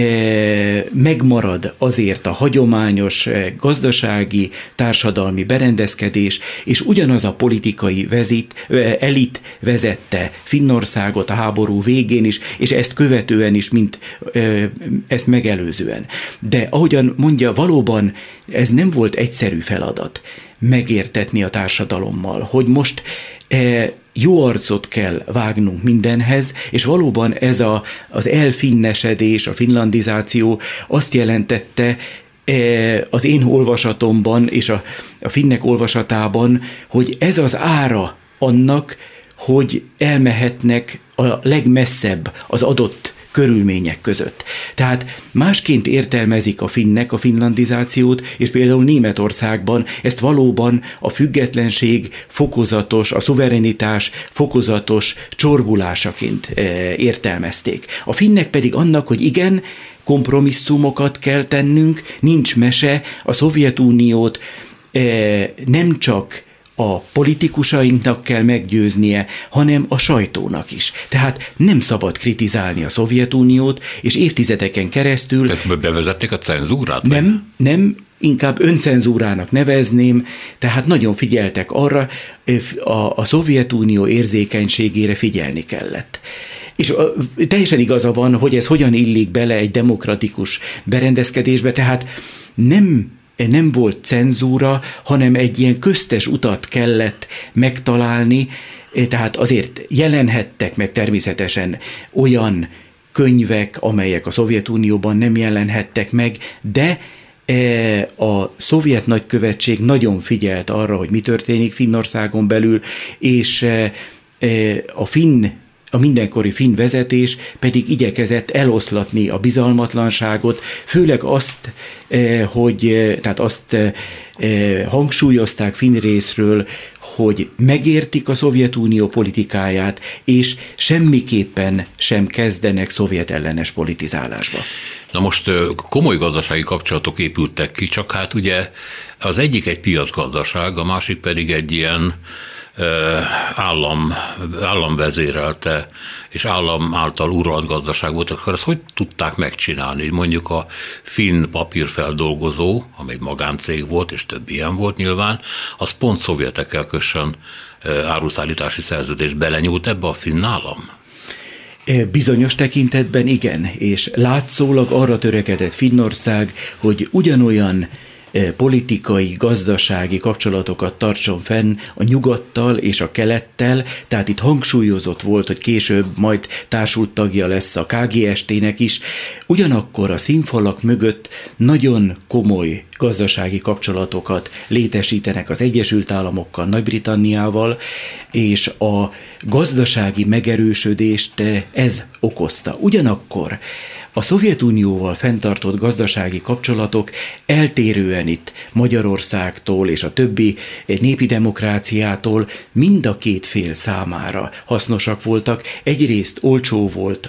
megmarad azért a hagyományos gazdasági, társadalmi berendezkedés, és ugyanaz a politikai elit vezette Finnországot a háború végén is, és ezt követően is, mint ezt megelőzően. De ahogyan mondja, valóban ez nem volt egyszerű feladat megértetni a társadalommal, hogy most jó arcot kell vágnunk mindenhez, és valóban ez az elfinnesedés, a finlandizáció azt jelentette az én olvasatomban és a finnek olvasatában, hogy ez az ára annak, hogy elmehetnek a legmesszebb az adott körülmények között. Tehát másként értelmezik a finnek a finlandizációt, és például Németországban ezt valóban a függetlenség fokozatos, a szuverenitás fokozatos csorbulásaként értelmezték. A finnek pedig annak, hogy igen, kompromisszumokat kell tennünk, nincs mese, a Szovjetuniót nem csak a politikusainknak kell meggyőznie, hanem a sajtónak is. Tehát nem szabad kritizálni a Szovjetuniót, és évtizedeken keresztül... Tehát bevezették a cenzúrát? Nem, inkább öncenzúrának nevezném, tehát nagyon figyeltek arra, a Szovjetunió érzékenységére figyelni kellett. És teljesen igaza van, hogy ez hogyan illik bele egy demokratikus berendezkedésbe, tehát nem volt cenzúra, hanem egy ilyen köztes utat kellett megtalálni, tehát azért jelenhettek meg természetesen olyan könyvek, amelyek a Szovjetunióban nem jelenhettek meg, de a szovjet nagykövetség nagyon figyelt arra, hogy mi történik Finnországon belül, és a mindenkori finn vezetés pedig igyekezett eloszlatni a bizalmatlanságot, főleg azt, azt hangsúlyozták finn részről, hogy megértik a Szovjetunió politikáját, és semmiképpen sem kezdenek szovjet ellenes politizálásba. Na most komoly gazdasági kapcsolatok épültek ki, csak hát ugye az egyik egy piacgazdaság, a másik pedig egy ilyen állam vezérelte és állam által uralt gazdaság volt, akkor ezt hogy tudták megcsinálni? Mondjuk a finn papírfeldolgozó, ami egy magáncég volt, és több ilyen volt nyilván, az pont szovjetekkel kössön áruszállítási szerződés. Belenyúlt ebbe a finn állam? Bizonyos tekintetben igen, és látszólag arra törekedett Finnország, hogy ugyanolyan politikai, gazdasági kapcsolatokat tartson fenn a nyugattal és a kelettel, tehát itt hangsúlyozott volt, hogy később majd társult tagja lesz a KGST-nek is. Ugyanakkor a színfalak mögött nagyon komoly gazdasági kapcsolatokat létesítenek az Egyesült Államokkal, Nagy-Britanniával, és a gazdasági megerősödést ez okozta. Ugyanakkor a Szovjetunióval fenntartott gazdasági kapcsolatok eltérően itt Magyarországtól és a többi népi demokráciától mind a két fél számára hasznosak voltak. Egyrészt olcsó volt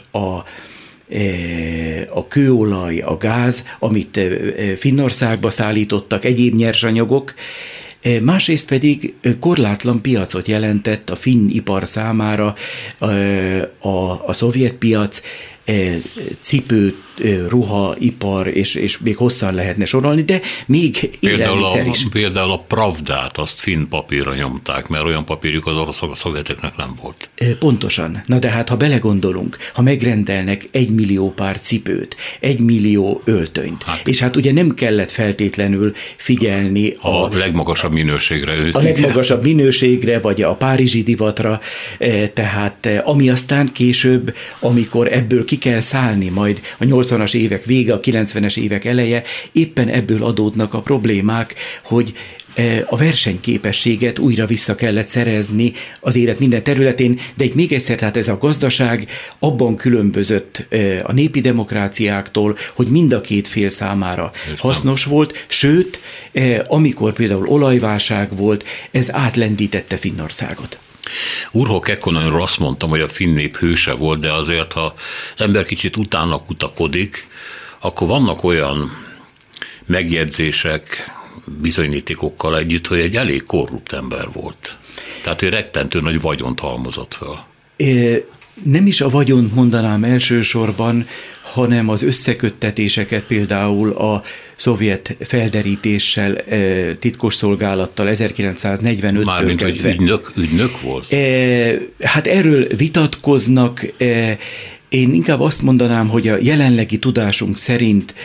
a kőolaj, a gáz, amit Finnországba szállítottak, egyéb nyersanyagok, másrészt pedig korlátlan piacot jelentett a finn ipar számára a szovjet piac, cipő, ruha, ipar, és még hosszan lehetne sorolni, de még élelmiszer is. Például a Pravdát, azt finn papírra nyomták, mert olyan papírjuk az oroszok, a szovjeteknek nem volt. Pontosan. Na de hát, ha belegondolunk, ha megrendelnek 1 millió pár cipőt, 1 millió öltönyt, és hát ugye nem kellett feltétlenül figyelni a legmagasabb minőségre. A legmagasabb minőségre, vagy a párizsi divatra, tehát ami aztán később, amikor ebből ki kell szállni majd a 80-as évek vége, a 90-es évek eleje, éppen ebből adódnak a problémák, hogy a versenyképességet újra vissza kellett szerezni az élet minden területén, de itt még egyszer, tehát ez a gazdaság abban különbözött a népi demokráciáktól, hogy mind a két fél számára hasznos volt, sőt, amikor például olajválság volt, ez átlendítette Finnországot. Urho Kekkonenról azt mondtam, hogy a finn nép hőse volt, de azért, ha az ember kicsit utána kutakodik, akkor vannak olyan megjegyzések, bizonyítékokkal együtt, hogy egy elég korrupt ember volt. Tehát egy rettentő nagy vagyont halmozott föl. Nem is a vagyont mondanám elsősorban, hanem az összeköttetéseket például a szovjet felderítéssel, titkosszolgálattal 1945-től mármint, hogy ügynök volt? Hát erről vitatkoznak. Én inkább azt mondanám, hogy a jelenlegi tudásunk szerint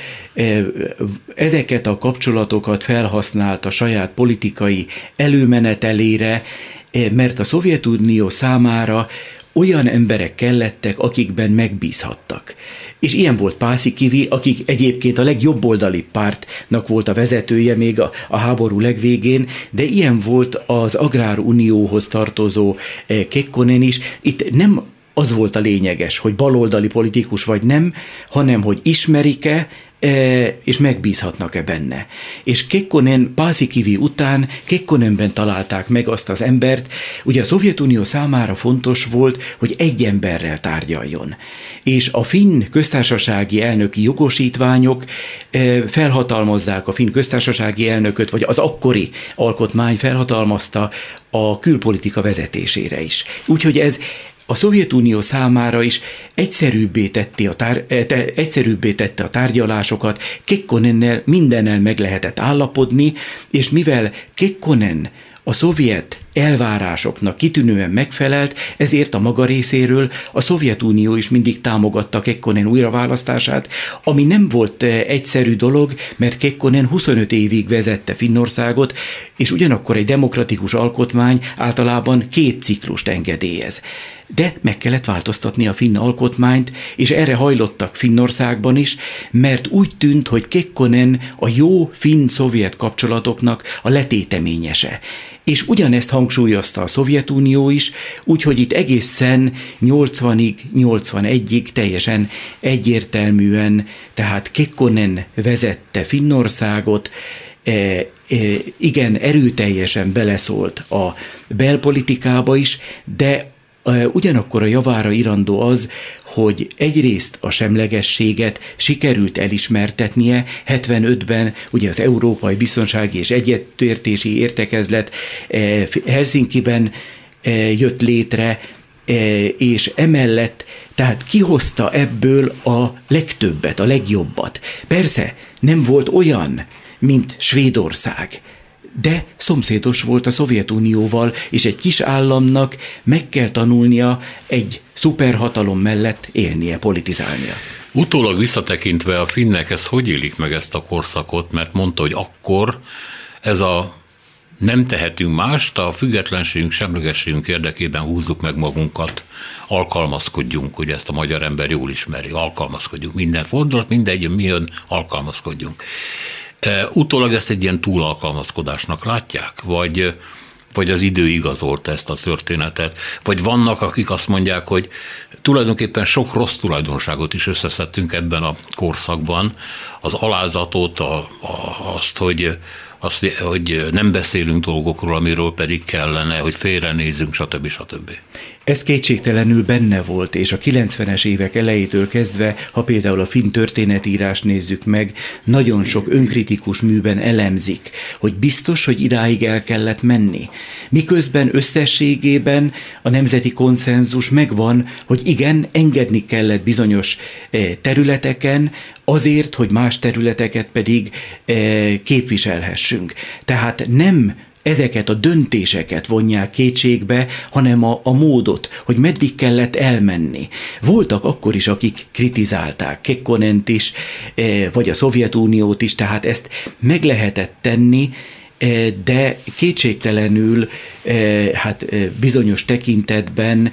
ezeket a kapcsolatokat felhasznált a saját politikai előmenetelére, mert a Szovjetunió számára olyan emberek kellettek, akikben megbízhattak. És ilyen volt Paasikivi, akik egyébként a legjobboldali pártnak volt a vezetője még a háború legvégén, de ilyen volt az Agrárunióhoz tartozó Kekkonen is. Itt nem az volt a lényeges, hogy baloldali politikus vagy nem, hanem hogy ismerik-e, és megbízhatnak-e benne. És Kekkonen, Paasikivi után Kekkonenben találták meg azt az embert, ugye a Szovjetunió számára fontos volt, hogy egy emberrel tárgyaljon. És a finn köztársasági elnöki jogosítványok felhatalmazzák a finn köztársasági elnököt, vagy az akkori alkotmány felhatalmazta a külpolitika vezetésére is. Úgyhogy ez a Szovjetunió számára is egyszerűbbé tette a tárgyalásokat, Kekkonennel mindennel meg lehetett állapodni, és mivel Kekkonen a szovjet elvárásoknak kitűnően megfelelt, ezért a maga részéről a Szovjetunió is mindig támogatta Kekkonen újraválasztását, ami nem volt egyszerű dolog, mert Kekkonen 25 évig vezette Finnországot, és ugyanakkor egy demokratikus alkotmány általában 2 ciklust engedélyez. De meg kellett változtatni a finn alkotmányt, és erre hajlottak Finnországban is, mert úgy tűnt, hogy Kekkonen a jó finn-szovjet kapcsolatoknak a letéteményese. És ugyanezt hangsúlyozta a Szovjetunió is, úgyhogy itt egészen 80-ig, 81-ig teljesen egyértelműen, tehát Kekkonen vezette Finnországot, igen, erőteljesen beleszólt a belpolitikába is, de ugyanakkor a javára irandó az, hogy egyrészt a semlegességet sikerült elismertetnie, 75-ben ugye az Európai Biztonsági és Egyetértési Értekezlet Helsinkiben jött létre, és emellett tehát kihozta ebből a legtöbbet, a legjobbat. Persze nem volt olyan, mint Svédország, de szomszédos volt a Szovjetunióval, és egy kis államnak meg kell tanulnia egy szuperhatalom mellett élnie, politizálnia. Utólag visszatekintve a finnek ez hogy élik meg ezt a korszakot, mert mondta, hogy akkor ez a nem tehetünk mást, a függetlenségünk, semlegességünk érdekében húzzuk meg magunkat, alkalmazkodjunk, ugye ezt a magyar ember jól ismeri, alkalmazkodjunk, minden fordulat, mindegy, mi jön, alkalmazkodjunk. Utólag ezt egy ilyen túlalkalmazkodásnak látják? Vagy az idő igazolta ezt a történetet? Vagy vannak, akik azt mondják, hogy tulajdonképpen sok rossz tulajdonságot is összeszedtünk ebben a korszakban, az alázatot, azt, hogy nem beszélünk dolgokról, amiről pedig kellene, hogy félrenézzünk, stb. Stb. Ez kétségtelenül benne volt, és a 90-es évek elejétől kezdve, ha például a finn történetírást nézzük meg, nagyon sok önkritikus műben elemzik, hogy biztos, hogy idáig el kellett menni. Miközben összességében a nemzeti konszenzus megvan, hogy igen, engedni kellett bizonyos területeken, azért, hogy más területeket pedig képviselhessünk. Tehát nem ezeket a döntéseket vonják kétségbe, hanem a módot, hogy meddig kellett elmenni. Voltak akkor is, akik kritizálták Kekkonent is, vagy a Szovjetuniót is, tehát ezt meg lehetett tenni, de kétségtelenül bizonyos tekintetben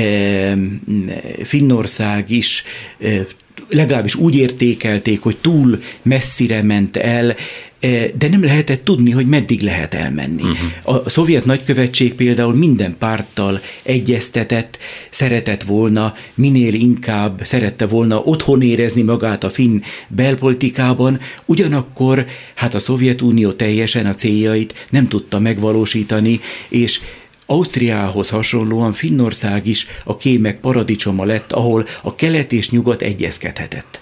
Finnország is legalábbis úgy értékelték, hogy túl messzire ment el. de nem lehetett tudni, hogy meddig lehet elmenni. A szovjet nagykövetség például minden párttal egyeztetett, szeretett volna, minél inkább szerette volna otthon érezni magát a finn belpolitikában, ugyanakkor hát a Szovjetunió teljesen a céljait nem tudta megvalósítani, és Ausztriához hasonlóan Finnország is a kémek paradicsoma lett, ahol a kelet és nyugat egyezkedhetett.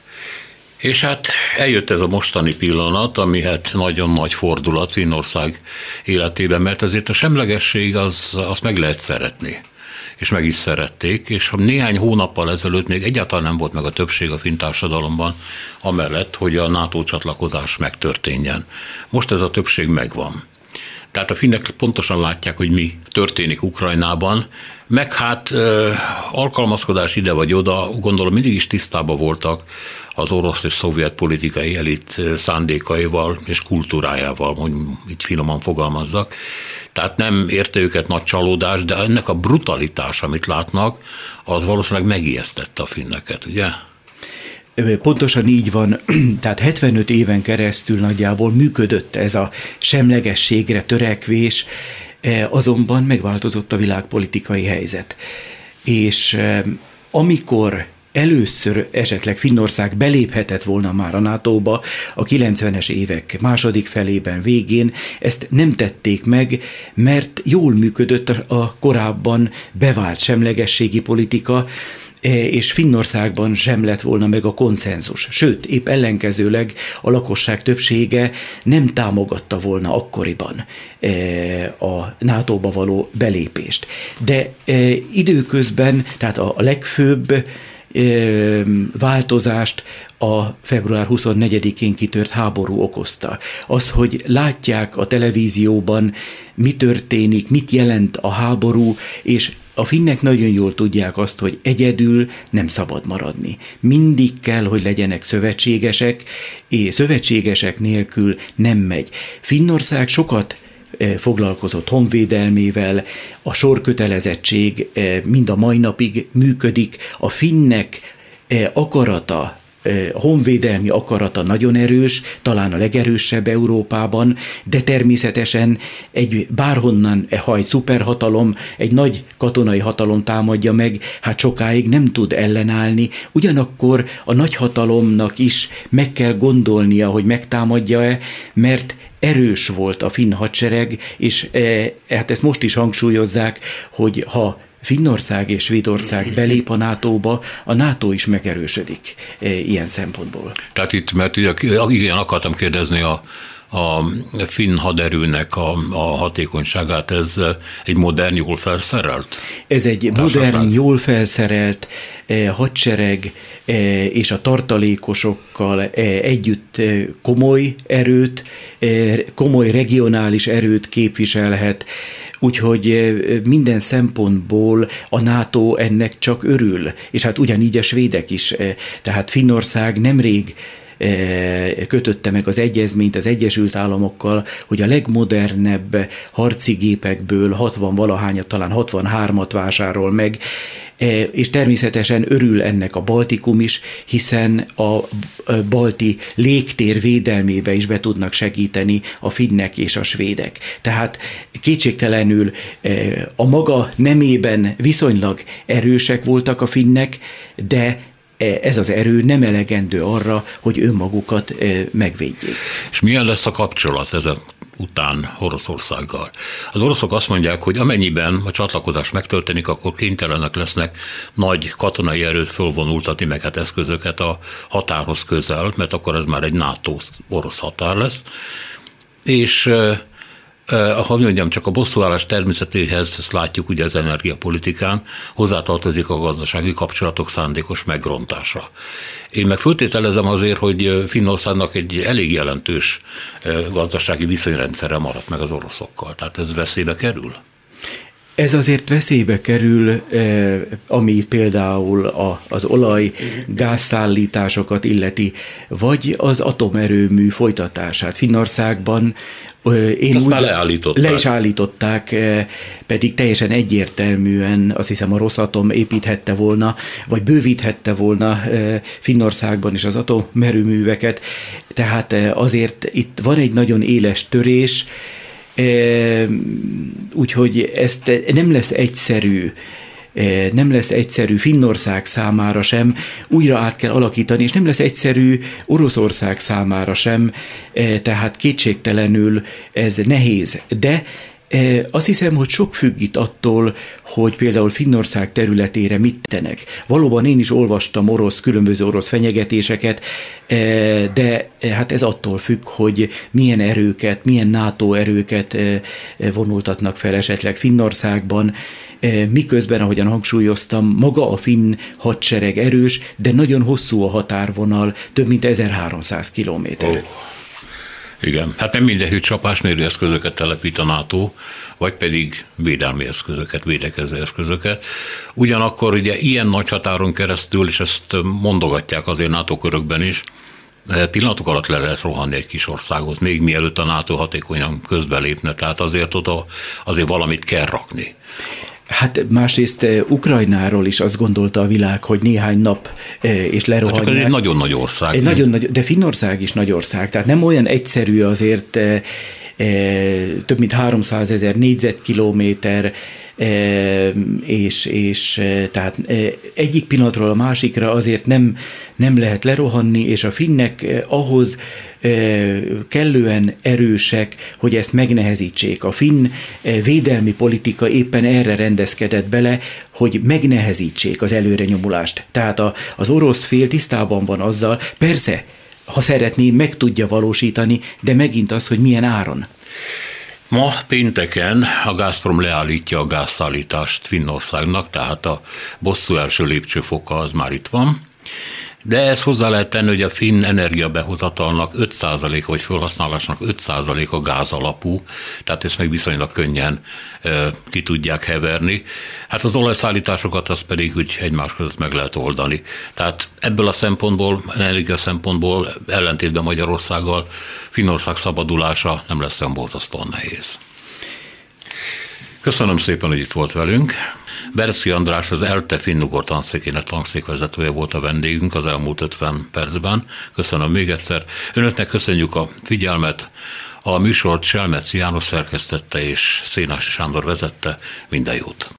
És hát eljött ez a mostani pillanat, ami hát nagyon nagy fordulat Finnország életében, mert azért a semlegesség azt meg lehet szeretni. És meg is szerették, és néhány hónappal ezelőtt még egyáltalán nem volt meg a többség a finn társadalomban amellett, hogy a NATO csatlakozás megtörténjen. Most ez a többség megvan. Tehát a finnek pontosan látják, hogy mi történik Ukrajnában, meg hát alkalmazkodás ide vagy oda, gondolom mindig is tisztában voltak az orosz és szovjet politikai elit szándékaival és kultúrájával, hogy így finoman fogalmazzak. Tehát nem érte őket nagy csalódás, de ennek a brutalitás, amit látnak, az valószínűleg megijesztette a finneket, ugye? Pontosan így van, tehát 75 éven keresztül nagyjából működött ez a semlegességre törekvés, azonban megváltozott a világpolitikai helyzet. És amikor először esetleg Finnország beléphetett volna már a NATO-ba a 90-es évek második felében, végén, ezt nem tették meg, mert jól működött a korábban bevált semlegességi politika, és Finnországban sem lett volna meg a konszenzus. Sőt, épp ellenkezőleg a lakosság többsége nem támogatta volna akkoriban a NATO-ba való belépést. De időközben, tehát a legfőbb változást a február 24-én kitört háború okozta. Az, hogy látják a televízióban, mi történik, mit jelent a háború, és a finnek nagyon jól tudják azt, hogy egyedül nem szabad maradni. Mindig kell, hogy legyenek szövetségesek, és szövetségesek nélkül nem megy. Finnország sokat foglalkozott honvédelmével, a sorkötelezettség mind a mai napig működik, a finnek akarata, a honvédelmi akarata nagyon erős, talán a legerősebb Európában, de természetesen egy bárhonnan, ha egy szuperhatalom, egy nagy katonai hatalom támadja meg, hát sokáig nem tud ellenállni, ugyanakkor a nagyhatalomnak is meg kell gondolnia, hogy megtámadja-e, mert erős volt a finn hadsereg, és hát ezt most is hangsúlyozzák, hogy ha Finnország és Svédország belép a NATO-ba, a NATO is megerősödik ilyen szempontból. Tehát itt, mert igen, akartam kérdezni a finn haderőnek a hatékonyságát, ez egy modern, jól felszerelt? Ez egy modern, jól felszerelt hadsereg, és a tartalékosokkal együtt komoly erőt, komoly regionális erőt képviselhet, úgyhogy minden szempontból a NATO ennek csak örül, és hát ugyanígy a svédek is, tehát Finnország nemrég kötötte meg az egyezményt az Egyesült Államokkal, hogy a legmodernebb harci gépekből 60-valahányat, talán 63-at vásárol meg, és természetesen örül ennek a Baltikum is, hiszen a balti légtér védelmébe is be tudnak segíteni a finnek és a svédek. Tehát kétségtelenül a maga nemében viszonylag erősek voltak a finnek, de ez az erő nem elegendő arra, hogy önmagukat megvédjék. És milyen lesz a kapcsolat ezen után Oroszországgal? Az oroszok azt mondják, hogy amennyiben a csatlakozás megtörténik, akkor kénytelenek lesznek nagy katonai erőt fölvonultatni, meg hát eszközöket a határhoz közel, mert akkor ez már egy NATO-orosz határ lesz. És ha mondjam, csak a bosszúállás természetéhez, ezt látjuk ugye az energiapolitikán, hozzátartozik a gazdasági kapcsolatok szándékos megrontása. Én meg föltételezem azért, hogy Finnországnak egy elég jelentős gazdasági viszonyrendszere maradt meg az oroszokkal. Tehát ez veszélybe kerül? Ez azért veszélybe kerül, ami például az olaj gázszállításokat illeti, vagy az atomerőmű folytatását. Finnországban le is állították, pedig teljesen egyértelműen azt hiszem a Rosatom építhette volna, vagy bővíthette volna Finnországban is az atomerőműveket. Tehát azért itt van egy nagyon éles törés, úgyhogy ezt nem lesz egyszerű Finnország számára sem, újra át kell alakítani, és nem lesz egyszerű Oroszország számára sem, tehát kétségtelenül ez nehéz. De azt hiszem, hogy sok függ itt attól, hogy például Finnország területére mit tenek. Valóban én is olvastam különböző orosz fenyegetéseket, de hát ez attól függ, hogy milyen NATO erőket vonultatnak fel esetleg Finnországban, miközben, ahogyan hangsúlyoztam, maga a finn hadsereg erős, de nagyon hosszú a határvonal, több mint 1300 kilométer. Oh. Igen, hát nem mindegy, csapásmérő eszközöket telepít a NATO, vagy pedig védelmi eszközöket, védekező eszközöket. Ugyanakkor ugye ilyen nagy határon keresztül, és ezt mondogatják azért NATO körökben is, pillanatok alatt le lehet rohanni egy kis országot, még mielőtt a NATO hatékonyan közbelépne, tehát azért oda azért valamit kell rakni. Hát másrészt Ukrajnáról is azt gondolta a világ, hogy néhány nap és lerohanják. Csak ez egy nagyon nagy ország. De Finnország is nagy ország, tehát nem olyan egyszerű azért, több mint 300 000 négyzetkilométer, és tehát egyik pillanatról a másikra azért nem lehet lerohanni, és a finnek ahhoz kellően erősek, hogy ezt megnehezítsék. A finn védelmi politika éppen erre rendezkedett bele, hogy megnehezítsék az előrenyomulást. Tehát az orosz fél tisztában van azzal, persze, ha szeretné, meg tudja valósítani, de megint az, hogy milyen áron. Ma pénteken a Gazprom leállítja a gázszállítást Finnországnak, tehát a bosszú első lépcsőfoka az már itt van. De ezt hozzá lehet tenni, hogy a finn energiabehozatalnak 5% vagy felhasználásnak 5% gáz alapú, tehát ezt meg viszonylag könnyen ki tudják heverni. Hát az olajszállításokat azt pedig úgy egymás között meg lehet oldani. Tehát ebből a szempontból, energia szempontból ellentétben Magyarországgal Finnország szabadulása nem lesz olyan borzasztóan nehéz. Köszönöm szépen, hogy itt volt velünk. Berczki András, az ELTE finnugor tanszékének tanszékvezetője volt a vendégünk az elmúlt 50 percben. Köszönöm még egyszer. Önöknek köszönjük a figyelmet. A műsort Selmeci János szerkesztette és Szénási Sándor vezette. Minden jót!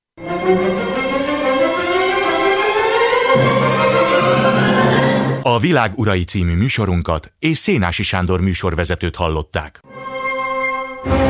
A Világ urai című műsorunkat és Szénási Sándor műsorvezetőt hallották.